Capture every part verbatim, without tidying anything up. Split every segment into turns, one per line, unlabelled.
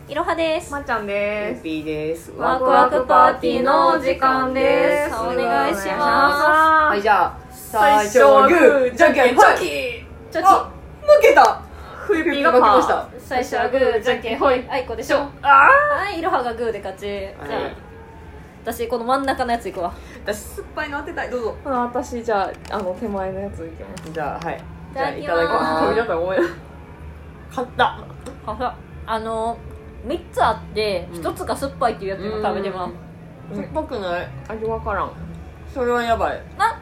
いろはです。
まっちゃんで
ゆっぴーです。
ワクワクパーティーのお時間です。お願いします。
はい、じゃあ
最初はグー、
じゃんけんチョキ。
チョキ。
あ、負けた。
す。ゆっぴーが
負け
パー
ました。
最初はグー、じゃんけんほい。あいこでしょ。
あ
はい、いろはがグーで勝ち。じゃあ私この真ん中のやついくわ。
私酸っぱいの当てたい。どうぞ。
あ、私じゃああの手前のやついきます。
じゃあはい。
いただきます
じゃあいただきます。
飛び出ったらごめん。
勝った。
ははあのみっつあって
うん
ひとつが酸っぱいっていうやつ今食べてます。
酸っぱくない。
味わからん。
それはやばい。
な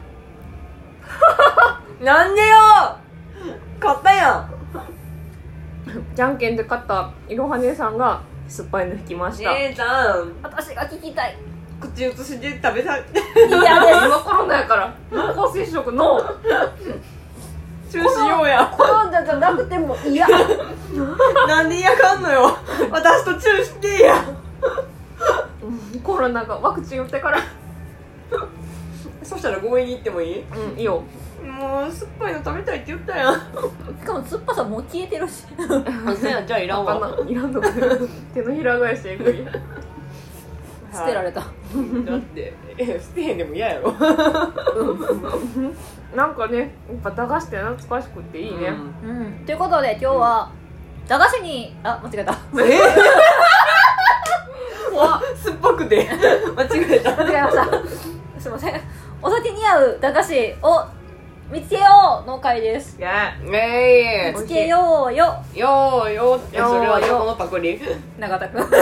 なんでよ。勝ったやん。
じゃんけんで勝ったいろは姉さんが酸っぱいの引きました。
姉ちゃん、
私が聞きたい。
口移しで食べたい。
嫌です。
今コロナやから濃厚接触の
中止しようや。
コロナじゃなくても嫌。
なんで嫌がんのよ。私とチューしてや。
コロナがワクチン打ってから。
そしたら強引に行ってもいい？
うん、いいよ。
もう酸っぱいの食べたいって言ったやん。
しかも酸っぱさもう消えてるし。
あ、そうやん。じゃあいらん
あかん
わ。
ないらんのか手のひら返していく。
捨てられた。
だってえ捨てへんでも嫌やろ。
なんかね、やっぱ駄菓子って懐かしくっていいね。
うん。ということで今日は駄菓子にあ間違えた。
えわ酸っぱくて間違えた。
間違えました。すいません。お酒に合う駄菓子を見つけようの回です。
いや、
え
見つけようよ。
ーよーよー。いやそれは横のパクリ。
永田くん。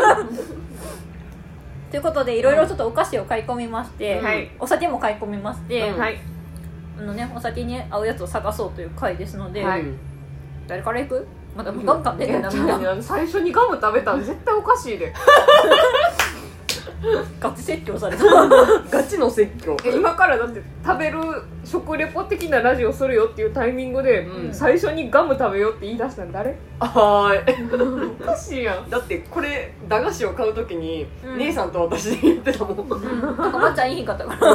ということでいろいろちょっとお菓子を買い込みまして、
はい
お酒も買い込みまして、
うん
はい。
あのねお酒に合うやつを探そうという回ですので、
はい
誰から行く？まだガンガン出てんなみんな。
最初にガム食べたの絶対おかしいで。
ガチ説教された。
ガチの説教。
え今からだって食べる食レポ的なラジオするよっていうタイミングで、
うん
最初にガム食べようって言い出したの誰？
はー
おかしいやん。
い。だってこれ駄菓子を買うときに、
うん
姉さんと私で言ってたもん。
うん、なんかまっちゃんいいひんかったから、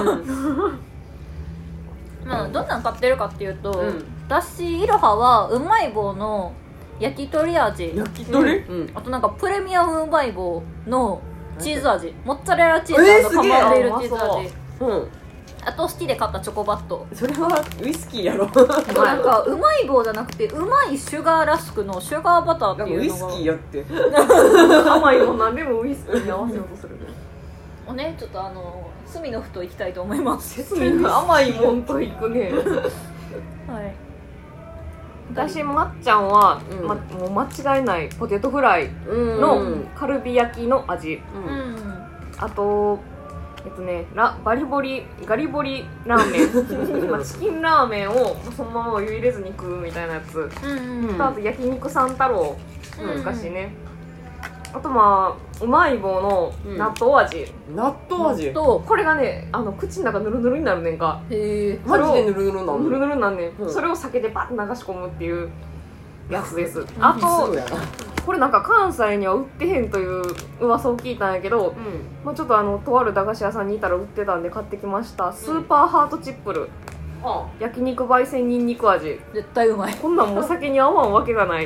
まあどんなん買ってるかっていうと、
うん
私いろははうまい棒の焼き鳥味、
焼き鳥？うん。
あとなんかプレミアムうまい棒のチーズ味、モッツァレラチーズカ
えーすげえ
マンベールチーズ
あ
味、
うん。
あと好きで買ったチョコバット、
それはウイスキーやろ。
あとなんかうまい棒じゃなくてうまいシュガーラスクのシュガーバターって
なんかウイス
いうのが
キーやって。
甘いもんなんでもウイスキーに合わせようとする。
をねちょっとあのスミノフと行きたいと思います
みんな甘いもんといくね。
はい
私まっちゃんは、
うん
ま、もう間違いないポテトフライ
うん
のカルビ焼きの味、
う
うんん
あとえっとねラバリボリガリボリラーメンまあチキンラーメンをそのままお湯入れずに食うみたいなやつ、
うんうん
あと焼肉三太郎
うん
難しいね、あとまあうまい棒の納豆味、
納豆味。
と
これがねあの口の中ぬるぬるになるねんか、
へえ
マジでぬるぬるなの。
ぬるぬるなんねん、
うん
それを酒でバッと流し込むっていうやつです、
ん
あと
そうやな。
これなんか関西には売ってへんという噂を聞いたんやけど、
うん。
まあ、ちょっとあのとある駄菓子屋さんにいたら売ってたんで買ってきましたスーパーハートチップル
あ、
焼肉焙煎ニンニク味、
絶対うまい。
こんなんもう酒に合わんわけがない
うん。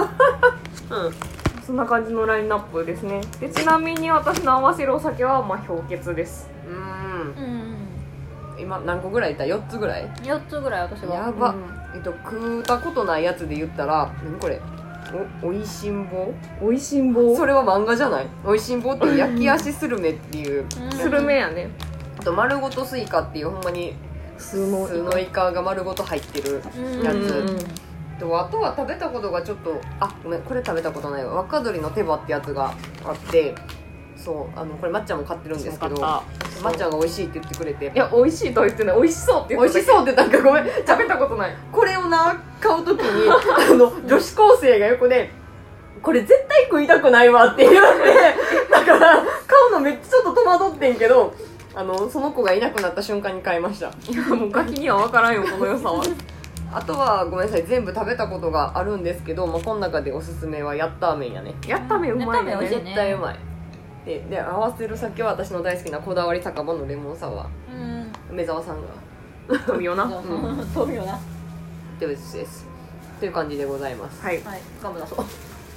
そんな感じのラインナップですね。でちなみに私の合わせるお酒はまあ氷結です。
うん。
うん
今何個ぐらいいた？よっつぐらい？
よっつぐらい私は。
やば、
うん
えっと食うたことないやつで言ったら何これ？おおいしんぼ？
おいしんぼ
それは漫画じゃない？おいしんぼって焼き足スルメっていう、
うん
スルメやね。
あと丸ごとスイカっていうほんまに
普通の
普通のイカが丸ごと入ってる
うん
やつ、
うん
とあとは食べたことがちょっとあごめんこれ食べたことないわ若鶏の手羽ってやつがあってそうあのこれまっちゃんも買ってるんですけどまっちゃんが美味しいって言ってくれて
いや美味しいとは言ってない、美味しそうって言って
美味しそうってなんかごめん
食べたことない。
これをな買うときにあの女子高生が横でこれ絶対食いたくないわって言ってだから買うのめっちゃちょっと戸惑ってんけどあのその子がいなくなった瞬間に買いました。
いやもうガキには分からんよこの良さは。
あとはごめんなさい全部食べたことがあるんですけど、まあ、この中でおすすめはヤッター麺やね。
やっためうまいよね。
やっため美味しいね
絶対うまいでで合わせる酒は私の大好きなこだわり酒場のレモンサワ
うん
ー梅沢さんが
飛ぶよな。
そう飛ぶよな。
ってですですという感じでございます。
はい。
はいガム出そう。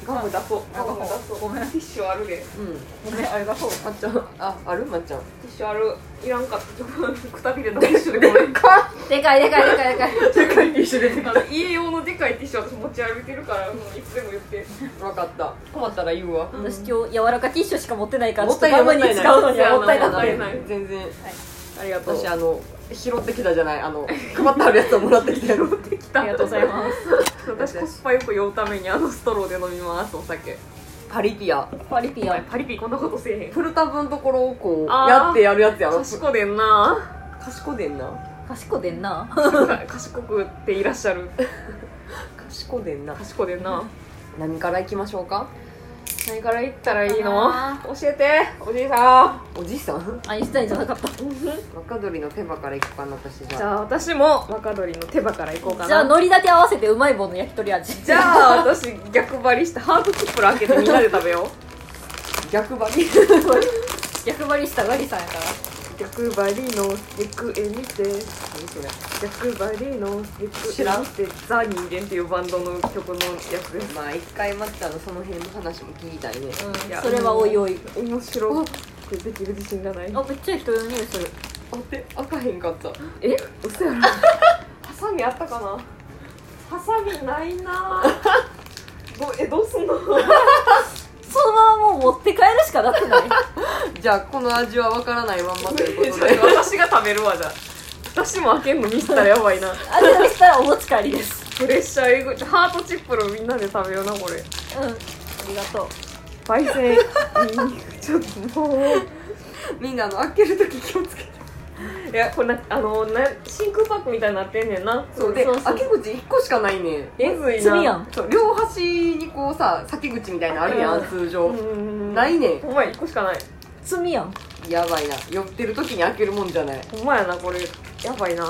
ガム出そう
あ
ガム出そう
ごめん
ティッシュあるで
うん
ごめんありがとう。
まっちゃんああるまっちゃん
ティッシュあるいらんかったくたびれたティッシュでごめん
か
でかいでかいでかいでかい。
世界ティッシュ出てき
あの家用のでかいティッシュ私持ち歩いてるからもういつでも言って
た分かった困ったら言うわ
私今日柔らかティッシュしか持ってないから、
もったいない
ちょっとガムに使うのにはもったいなくて。
もったいない
全然
ありがとう
私あの拾ってきたじゃないあの配ってあるやつをもらってきたやろ
できた
ありがとうございます。
私コスパよく酔うためにあのストローで飲みますお酒
パリピア
パリピア。
パリピこんなことせえへん
フルタブのところをこう
あー
やってやるやつやろ
賢でんな
賢でんな
賢でんな。
賢くっていらっしゃる
賢でんな
賢でんな
何からいきましょうか
何から言ったらいいの
あ
教えておじいさ
おじいさん
アインシュタインじゃなかった。
若鳥の手羽からいこうかな私じゃあ
んじゃあ私も若鳥の手羽からいこうかな
じゃあ海苔だけ合わせてうまい棒の焼き鳥味。
じゃあ私逆張りしてハートチップル開けてみんなで食べよ
逆張り
逆張りしたガリさんやから。
う逆張りの行く絵見て
何それ
逆張りの行く
知らん
絵見てザ・人間っていうバンドの曲のやつです
まあ一回まったらその辺の話も聞きたいね
うん
いや
それはおいおい。
面白くできる自信がない
あ、めっちゃ人の匂いする。
あって開かへんかった
え嘘やろハサミあったかなハサミないなどえどうすんの
そのままもう持って帰るしかなくない？
じゃあこの味はわからないまんまということ
ちょっ
で
と私が食べるわじゃあ私も開けんの見せたらやばいな
味がしたらお持ち帰りです。
プレッシャーえぐいハートチップルみんなで食べようなこれ
うん。ありがとう。
焙煎ニンニクちょっともう
みんなあの開けるとき気をつけて
いやこれなあのな真空パックみたいになってんねんな
そうで
そうそう
開け口いっこしかないねん
えずいな
罪やん。
そう両端にこうさ裂け口みたいなのあるやん、
うん
通常、
うん
ないねん
ほんまやいっこしかない
罪やん。
やばいな酔ってる時に開けるもんじゃない
ほんまやなこれやばいな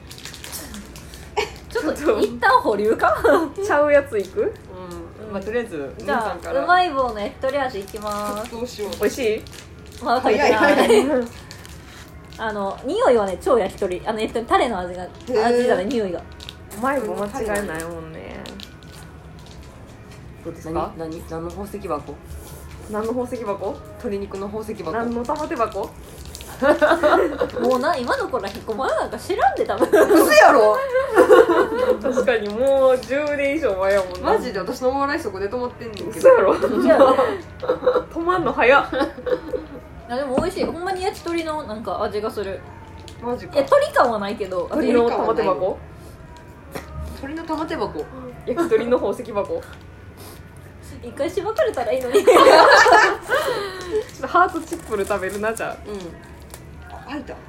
ちょっと
ちょっと
一旦保留か。
ちゃうやついく
うん、まあとりあえず
じゃあ
皆さんから
うまい棒の焼き鳥味いきま
どうしよう
美味しい
す。まだ食べてない。
早い
あの匂いはね超焼き鳥。あの焼き鳥タレの味が
ー
味じゃない匂いが。
うまいも間違いないもんねどうですか
何何何の宝石箱
何の宝石箱
鶏肉の宝石箱
何の玉手箱
もうな今の子ら引っ込まなんか知らんで多分。
嘘やろ
確かにもうじゅうねん以上前やもんな
マジで私のお笑いそこで止まってんねんけど
嘘やろ
じゃあ
止まんの早っ
あでも美味しい。ほんまに焼き鳥のなんか味がする。
マジか
いや鳥感はないけど
鶏の玉手箱
鶏の玉手箱
焼き鳥の宝石箱
一回しばかれたらいいのに。
ちょっとハートチップル食べるなじゃ
うんあ開いた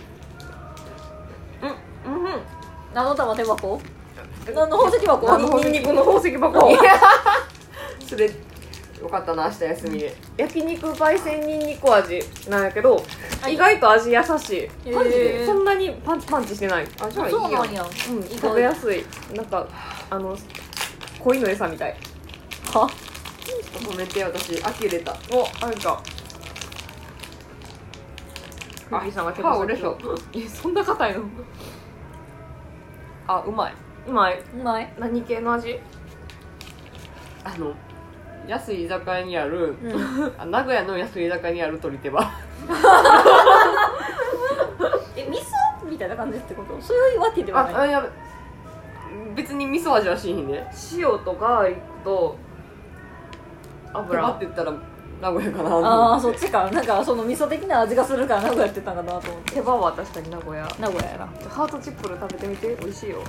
あうんうん
何の玉手箱？何の宝石箱？
あのニンニクの宝石箱
それよかったな明日休みで
焼肉焙煎ニンニク味なんやけど
はい
意外と味優しい
へ
マジで
ー
そんなにパンチパンチしてない
あじゃあいいや
そうなんや。
うん
意外
食べやすいなんかあの鯉の餌みたい
は
ごめんて私呆れた
おあれか
あ
クッキーさんが
歯折れそう
えそんな硬いの
あうまいう
まいう
まい。
何系の味
あの安い居酒屋にある
うん。
あ名古屋の安い居酒屋にある鶏手羽
え味噌みたいな感じってこと？そういうわけではない。
ああやべ別に味噌味はしんひんね
塩とガーリックと
手羽
油
って言ったら名古屋かな
ああそっちか。なんかその味噌的な味がするから名古屋って言ったんかなと思って。
手羽は確かに名古屋
名古屋やな。
ハートチップル食べてみて美味しいよ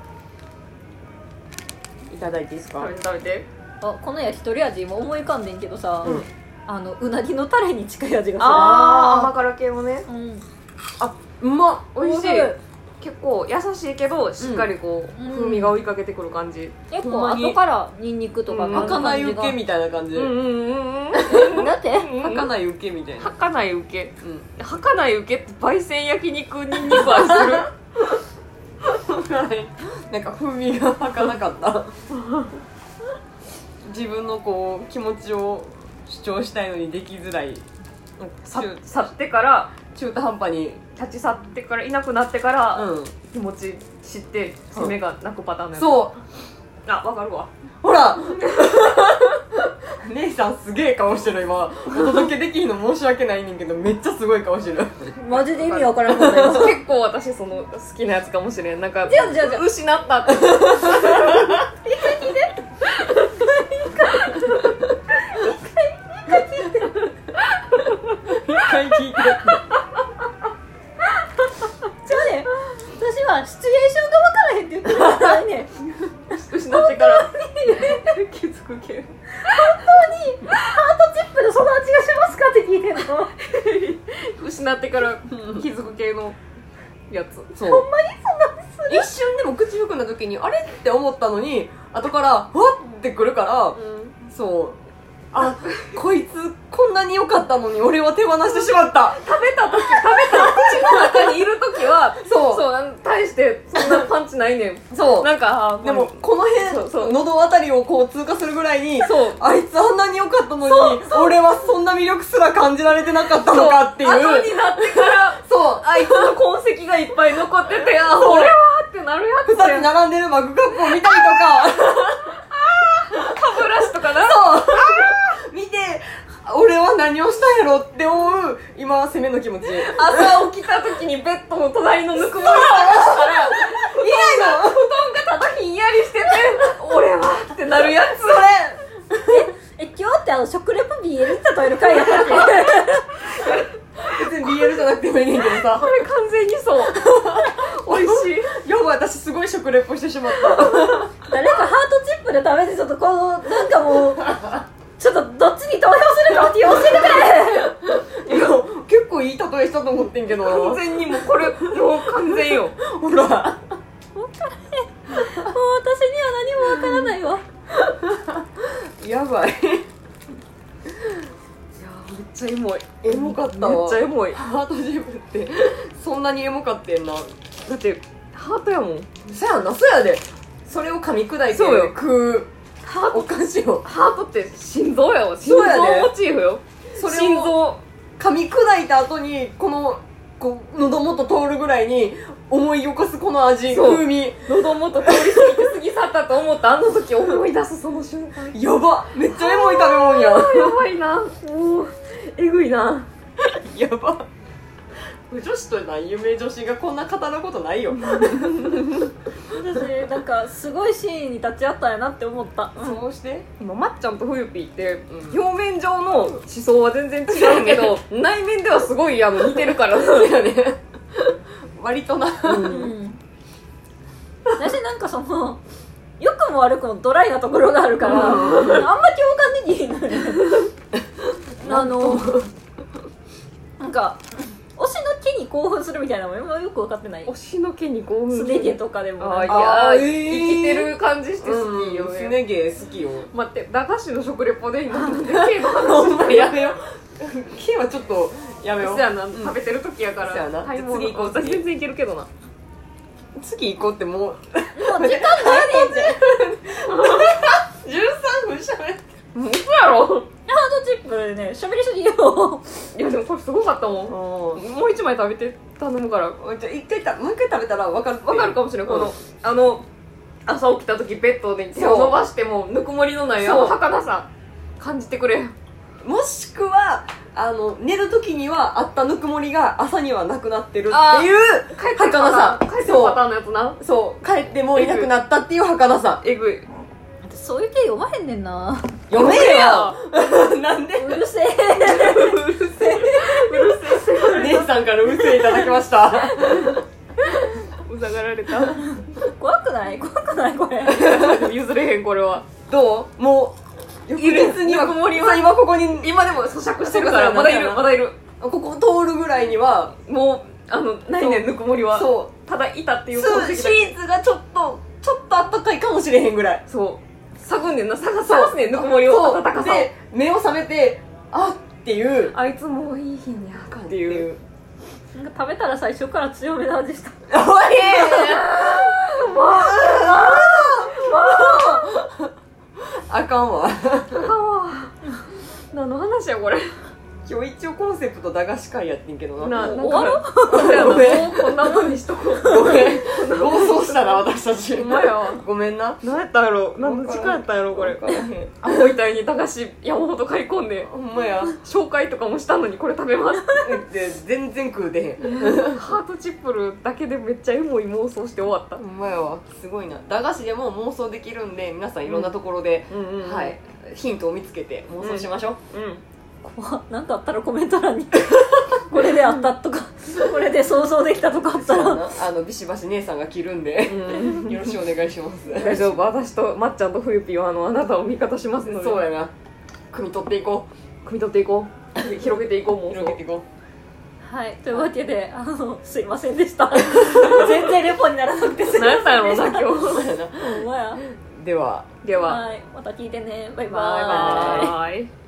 いただいていいですか
食べて食べて
あこの焼き鳥味も思い浮かんでんけどさ、
うん
あのうなぎのタレに近い味がする。
あー甘辛系もね
うん。
うまっ
美味しい
わかる
結構優しいけどしっかりこう、
うん
風味が追いかけてくる感じ
結構
ほんまに
後からニンニクとか
うん
が
儚い受けみたいな感じで
うんうんうんうん
だって
儚い受けみたいな
儚い受け
うん
儚い受けって焙煎焼肉ニンニク味する
なんか風味が儚かった自分のこう気持ちを主張したいのにできづらい
さ
中
去ってから
中途半端に
立ち去ってからいなくなってから、
うん
気持ち知って攻めが泣くパターンのやつ、
そう
あわかるわ
ほらさんすげえ顔してる今。お届けできひんの申し訳ないねんけど、めっちゃすごい顔してる。
マジで意味わからんかったよ
結構私その好きなやつかもしれん。なんか
じゃあじゃあじゃあ
失ったって
一回聞いて。
じゃあね、私はシチュエーションがわからへんって言ってるからね。
失ってから気づくけど、
本当にハートチップでその味がしますかって聞いてんの。
失ってから気づく系のやつ。
そう。
ほんまにそんなにする？
一瞬でも口含んだ時にあれって思ったのに、後からわってくるから、
うん
そう。あ、こいつこんなに良かったのに俺は手放してしまった。
食べた時、食べた口の中にいる時は
そう
そう、あの大してそんなパンチないねん。
そう。
なんかあー
でもこの
そうそう
辺喉あたりをこう通過するぐらいに、
そう
あいつあんなに良かったのに
そう
俺はそんな魅力すら感じられてなかったのかっていう。
後になってから
そう。
あいつの痕跡がいっぱい残ってて、あ、
そう
これはってなるやつ
二つ
やん。
並んでるマグカップを見たりとか
歯ブラシとかな。
そう見て俺は何をしたんやろって思う今攻めの気持ち。いない
朝起きた時にベッドの隣のぬくもりを探したら
の
布団がただひんやりしてて、俺はってなるやつ。
それ
え、今日ってあの食レポ ビーエル に例える回やったっけ？
別に ビーエル じゃなくてもいいねんけどさ
これ完全にそう美味しい。
やばい私すごい食レポしてしまった
誰かハートチップで食べてちょっとこのなんかもうちょっとどっちに投票するのって教えてくれ。
いや結構いい例えしたと思ってんけど
完全にもうこれもう完全よ。
ほら
もう私には何もわからないわ。
やばい
いやめっちゃエモい。
エモかったわ
めっちゃエモい。
ハートジムってそんなにエモかってんな。
だってハートやもん。
そやなそやでそれを噛み砕いて
そうよ
食う
ハート
お菓子を
ハートって心臓やわ。心
そうやで
臓モチーフよ。
それを
心臓。
噛み砕いた後にこのこう喉元通るぐらいに思い起こすこの味
そう
風味
喉元通り過ぎて過ぎ去ったと思ったあの時思い出すその瞬間。
やばめっちゃエモい食べ物や
やばいな。もうえぐいな。
やば女子とな夢女子がこんな語ることないよ
私なんかすごいシーンに立ち会ったんやなって思った。
そうして
今まっちゃんとふゆぴーって、
うん
表面上の思想は全然違うけど内面ではすごいあの似てるから
そうやね割とな
うん私なんかその良くも悪くもドライなところがあるからあんま共感できへんのねあのなんか推しの木に興奮するみたいなのも今よく分かってない
推しの毛に興奮
すね毛とかでも
あーい
なんか
やー、
あーえー
生きてる感じして好きよね、
すね毛好きよ
待って駄菓子の食レポで今なんで毛の
ほ
話
んまやめよ毛はちょっとやめよ
そやな、
うん
食べてる時やから
そやな
買い物
次行こう
私全然いけるけどな。
次行こうってもう
もう時間ないねんじゃん
じゅうさんぷんしゃべって
もう嘘やろ。
ハードチップでね喋りすぎよ
いやでもこれすごかったもん。もう一枚食べて頼むから
じゃあ一回たもう一回食べたら分かるって
わかるかもしれない、この
うん
あの朝起きた時ベッドで手を伸ばしてもぬくもりのないあ
そう
の儚さ感じてくれ。
もしくはあの寝る時にはあったぬくもりが朝にはなくなってる
あー
っていう
帰ってるパ
儚さ
ターン帰ってるパターンのやつな。
そう帰ってもういなくなったっていう儚さ
えぐい。
そういう系読まへんねんな
読めるよなんで
うるせえ
うるせえ姉さんからうるせえいただきました
うざがられた。
怖くない怖くないこれ
譲れへんこれは。
どうもう翌日には
ぬくもりは
そう今ここに
今でも咀嚼してるから
そうか
まだいるまだいる。
ここ通るぐらいには
もうあのないねんぬくもりは。
そう
ただいたっていう
シ
痕跡だけ。
ーツがちょっとちょっとあったかいかもしれへんぐらい
そう探んねんな、探探すねんぬくもりを、
そう
温かさを。
で目を覚めてあっていう
あいつもういい日にゃかっていう。
なんか食べたら最初から強めの味した
おいあかんわ
何の話やこれ。
今日一応コンセプト駄菓子会やってんけどな
な
終わろ
う
ごめん
こんなもんにしとこう
ごめん暴走したな私たち
ほんまや
ごめんな
何やったんやろ何の時間やったんやろこれ
分からへん
アホみたいに駄菓子山ほど買い込んで
ほんまや
紹介とかもしたのにこれ食べます
で全然食うてへん
ハートチップルだけでめっちゃエモい妄想して終わった
ほんまやわすごいな駄菓子でも妄想できるんで皆さんいろんなところで、
うんうんうん
はいヒントを見つけて妄想しましょう、
うん
怖っなんかあったらコメント欄にこれであったとかこれで想像できたとかあった
そうや
ら
なあのビシバシ姉さんが着るんで、
うん
よろしくお願いします
大丈夫私とまっちゃんとふゆぴはあのあなたを味方しますので
そうやな汲み取っていこ
汲み取っていこう広げていこう
う
もう
広げていこ
はいというわけであのすいませんでした全然レポにならなくてすいま
何やったんやろう
せんでした
な今日
うそうやな
ほんまや
では
では
はいまた聞いてねバイバ
バイバイ
バイバイ